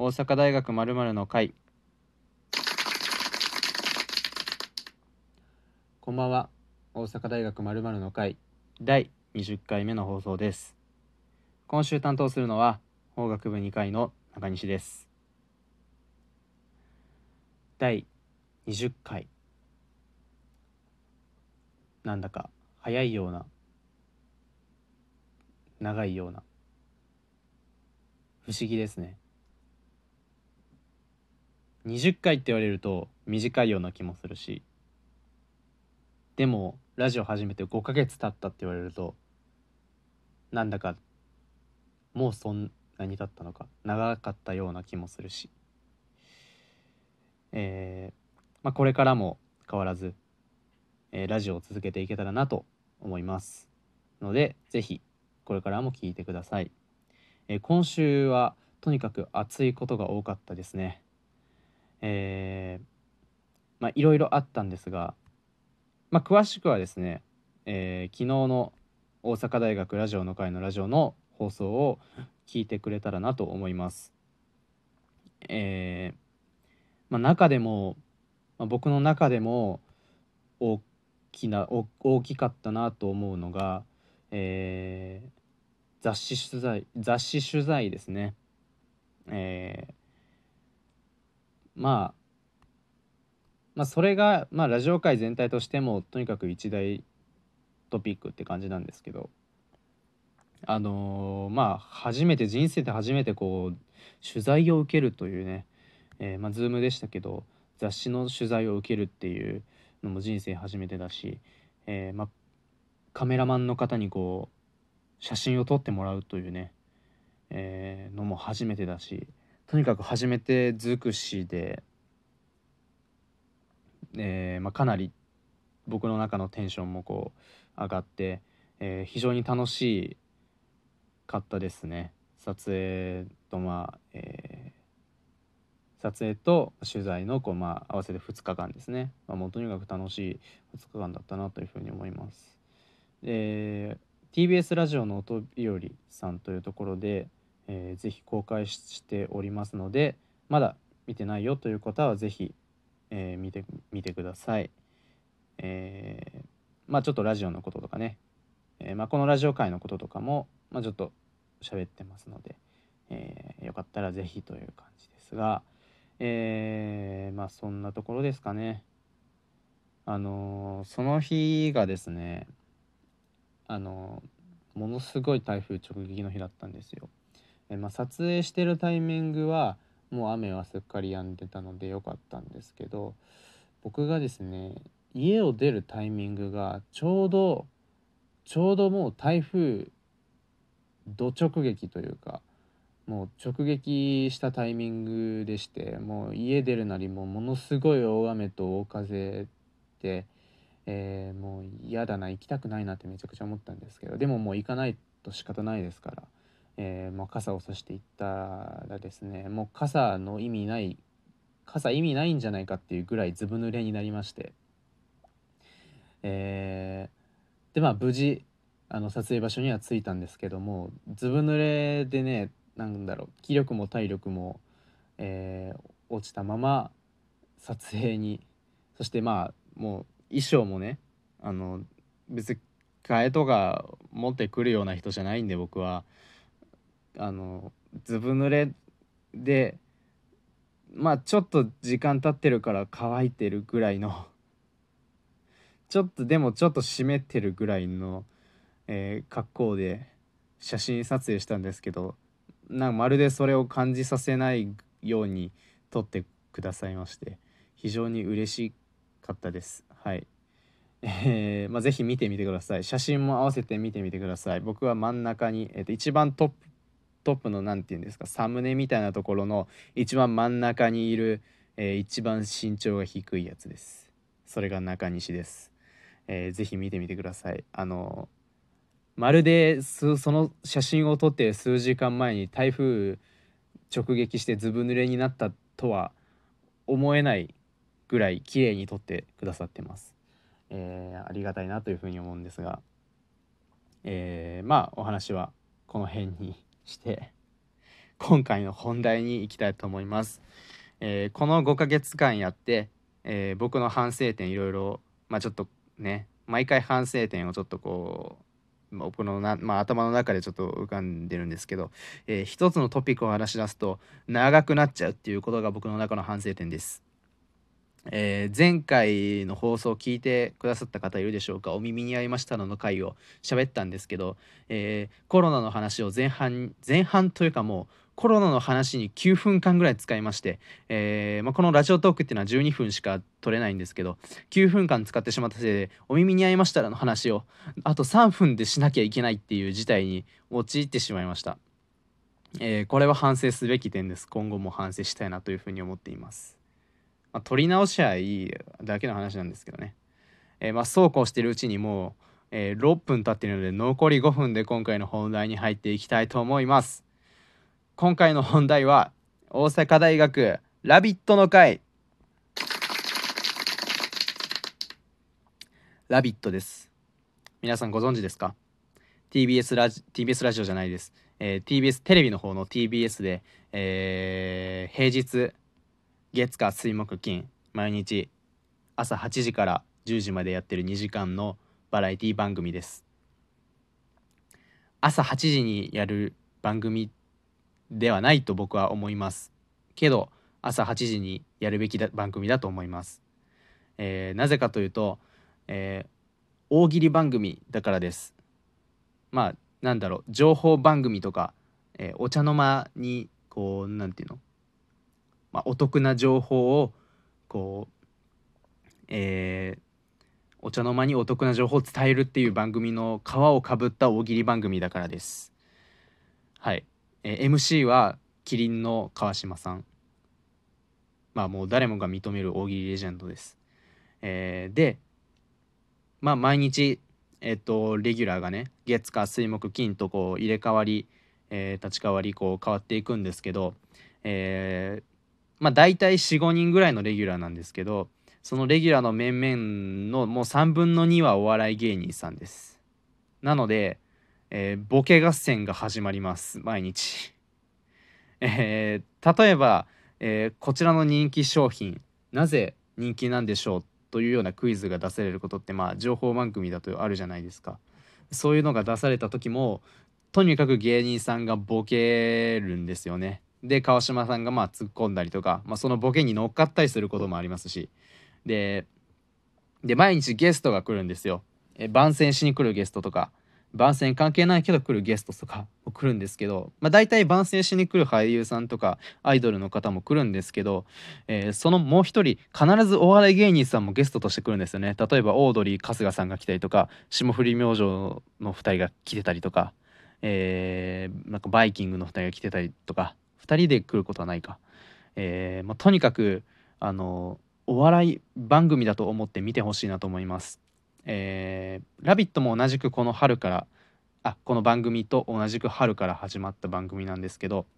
大阪大学〇〇の会。こんばんは。大阪大学〇〇の会第20回目の放送です。今週担当するのは法学部2回の中西です。第20回、なんだか早いような長いような不思議ですね。20回って言われると短いような気もするし、でもラジオ始めて5ヶ月経ったって言われるとなんだかもうそんなに経ったのか長かったような気もするし、これからも変わらず、ラジオを続けていけたらなと思いますので、ぜひこれからも聞いてください。今週はとにかく暑いことが多かったですね。いろいろあったんですが、詳しくはですね、昨日の大阪大学ラジオの会のラジオの放送を聞いてくれたらなと思います。中でも、僕の中でも大大きかったなと思うのが、雑誌取材ですね。えーまそれが、ラジオ界全体としてもとにかく一大トピックって感じなんですけど、人生で初めてこう取材を受けるというね、ズームでしたけど雑誌の取材を受けるっていうのも人生初めてだし、カメラマンの方にこう写真を撮ってもらうというね、のも初めてだし、とにかく初めて尽くしで、かなり僕の中のテンションもこう上がって、非常に楽しかったですね。撮影と取材の合わせて2日間ですね。もうとにかく楽しい2日間だったなというふうに思います。TBS ラジオの音日和さんというところで、ぜひ公開しておりますので、まだ見てないよという方はぜひ、見てください。ちょっとラジオのこととかね、このラジオ界のこととかも、ちょっと喋ってますので、よかったらぜひという感じですが、そんなところですかね。その日がですね、ものすごい台風直撃の日だったんですよ。撮影してるタイミングはもう雨はすっかり止んでたのでよかったんですけど、僕がですね家を出るタイミングがちょうどもう台風ど直撃というか、もう直撃したタイミングでして、もう家出るなりものすごい大雨と大風で、もう嫌だな、行きたくないなってめちゃくちゃ思ったんですけど、でももう行かないと仕方ないですから、傘を差していったらですね、もう傘意味ないんじゃないかっていうぐらいずぶ濡れになりまして、で無事撮影場所には着いたんですけども、ずぶ濡れでね、なんだろう、気力も体力も、落ちたまま撮影に、そしてもう衣装もね、あの別に替えとか持ってくるような人じゃないんで、僕はあのずぶ濡れで、ちょっと時間経ってるから乾いてるぐらいのちょっと湿ってるぐらいの、格好で写真撮影したんですけど、まるでそれを感じさせないように撮ってくださいまして、非常に嬉しかったです。はい。ぜひ見てみてください。写真も合わせて見てみてください。僕は真ん中に、一番トップのなんて言うんですか、サムネみたいなところの一番真ん中にいる、一番身長が低いやつです。それが中西です。ぜひ見てみてください。まるでその写真を撮って数時間前に台風直撃してずぶ濡れになったとは思えないぐらい綺麗に撮ってくださってます。ありがたいなというふうに思うんですが、お話はこの辺にして今回の本題に行きたいと思います。この5ヶ月間やって、僕の反省点いろいろ、ちょっとね、毎回反省点をちょっとこう、僕の頭の中でちょっと浮かんでるんですけど、一つのトピックを話し出すと長くなっちゃうっていうことが僕の中の反省点です。前回の放送を聞いてくださった方いるでしょうか。お耳に合いましたの回を喋ったんですけど、コロナの話を前半というかもうコロナの話に9分間ぐらい使いまして、このラジオトークっていうのは12分しか取れないんですけど、9分間使ってしまったせいでお耳に合いましたらの話をあと3分でしなきゃいけないっていう事態に陥ってしまいました。これは反省すべき点です。今後も反省したいなというふうに思っています。取り直しはいいだけの話なんですけどね。そうこうしているうちにもう、6分経っているので残り5分で今回の本題に入っていきたいと思います。今回の本題は大阪大学ラビットの会。ラビットです。皆さんご存知ですか？ TBS ラジオじゃないです。TBS テレビの方の TBS で、平日月火水木金毎日朝8時から10時までやってる2時間のバラエティ番組です。朝8時にやる番組ではないと僕は思いますけど、朝8時にやるべき番組だと思います。なぜかというと、大喜利番組だからです。なんだろう、情報番組とか、お茶の間にこうなんていうの、お得な情報をこう、お茶の間にお得な情報を伝えるっていう番組の皮をかぶった大喜利番組だからです。はい、MC はキリンの川島さん。もう誰もが認める大喜利レジェンドです。で、毎日レギュラーがね月火水木金とこう入れ替わり、立ち替わりこう変わっていくんですけど、大体4、5人ぐらいのレギュラーなんですけど、そのレギュラーの面々のもう3分の2はお笑い芸人さんです。なので、ボケ合戦が始まります毎日。例えば、こちらの人気商品なぜ人気なんでしょうというようなクイズが出されることって情報番組だとあるじゃないですか。そういうのが出された時もとにかく芸人さんがボケるんですよね。で川島さんが突っ込んだりとか、そのボケに乗っかったりすることもありますし、で毎日ゲストが来るんですよ。番宣しに来るゲストとか、番宣関係ないけど来るゲストとかも来るんですけど、大体番宣しに来る俳優さんとかアイドルの方も来るんですけど、そのもう一人必ずお笑い芸人さんもゲストとして来るんですよね。例えばオードリー春日さんが来たりとか、霜降り明星の2人が来てたりとか、なんかバイキングの2人が来てたりとか、2人で来ることはないか。とにかくお笑い番組だと思って見てほしいなと思います。ラビットも同じくこの春からこの番組と同じく春から始まった番組なんですけど、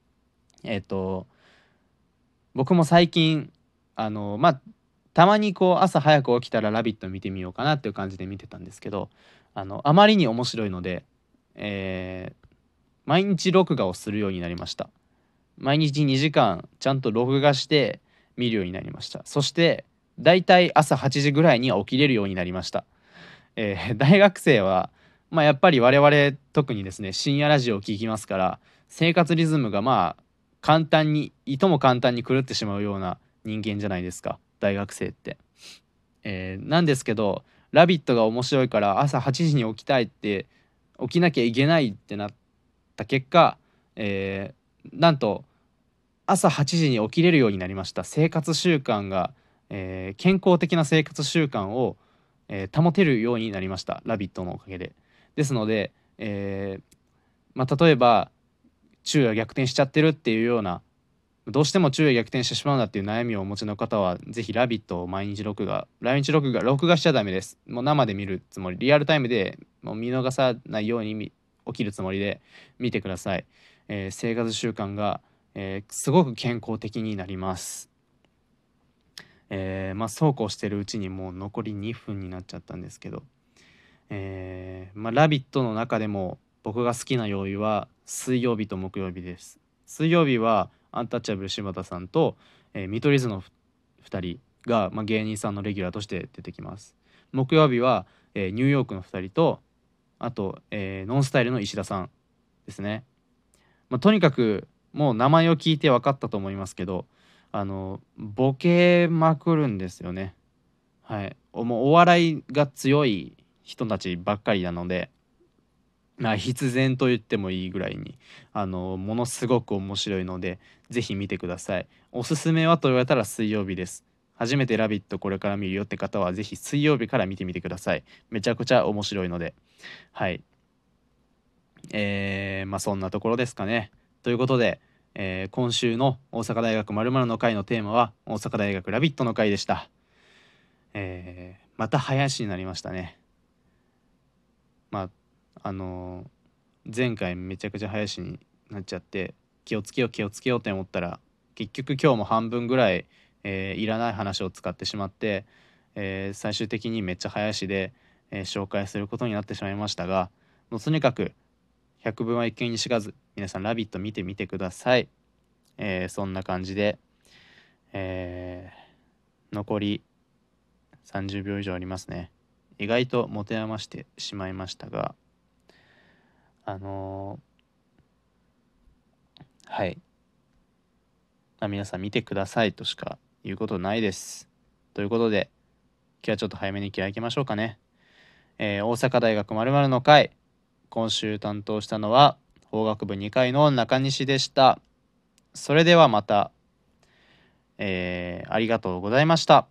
僕も最近たまにこう朝早く起きたら「ラビット!」見てみようかなっていう感じで見てたんですけど、あまりに面白いので、毎日録画をするようになりました。毎日2時間ちゃんと録画して見るようになりました。そしてだいたい朝8時ぐらいには起きれるようになりました。大学生はやっぱり我々特にですね深夜ラジオを聞きますから、生活リズムが簡単にいとも簡単に狂ってしまうような人間じゃないですか大学生って。なんですけど「ラビット!」が面白いから朝8時に起きたいって起きなきゃいけないってなった結果、なんと朝8時に起きれるようになりました。生活習慣が、健康的な生活習慣を、保てるようになりました。ラビットのおかげで。ですので、例えば昼夜逆転しちゃってるっていうような、どうしても昼夜逆転してしまうんだっていう悩みをお持ちの方はぜひ「ラビット!」を録画しちゃダメです。もう生で見るつもり、リアルタイムでもう見逃さないように起きるつもりで見てください。生活習慣がすごく健康的になります。そうこうしてるうちにもう残り2分になっちゃったんですけど、ラビット!」の中でも僕が好きな曜日は水曜日と木曜日です。 水曜日はアンタッチャブル柴田さんと、見取り図の2人が、芸人さんのレギュラーとして出てきます。木曜日は、ニューヨークの2人と、あと、ノンスタイルの石田さんですね。とにかくもう名前を聞いて分かったと思いますけど、ボケまくるんですよね。はい、もうお笑いが強い人たちばっかりなので、必然と言ってもいいぐらいにものすごく面白いので、ぜひ見てください。おすすめはと言われたら水曜日です。初めて「ラビット!」これから見るよって方はぜひ水曜日から見てみてください。めちゃくちゃ面白いので。はい。そんなところですかね。ということで、今週の大阪大学〇〇の会のテーマは大阪大学ラビットの会でした。また早足になりましたね。前回めちゃくちゃ早足になっちゃって気をつけようって思ったら、結局今日も半分ぐらい、いらない話を使ってしまって、最終的にめっちゃ早足で、紹介することになってしまいましたが、もうとにかく百聞は一見にしかず、皆さんラビット見てみてください。そんな感じで、残り30秒以上ありますね。意外と持て余してしまいましたが、はい、皆さん見てくださいとしか言うことないです。ということで今日はちょっと早めに気合い上げましょうかね。大阪大学〇〇の会、今週担当したのは法学部2回の中西でした。それではまた、ありがとうございました。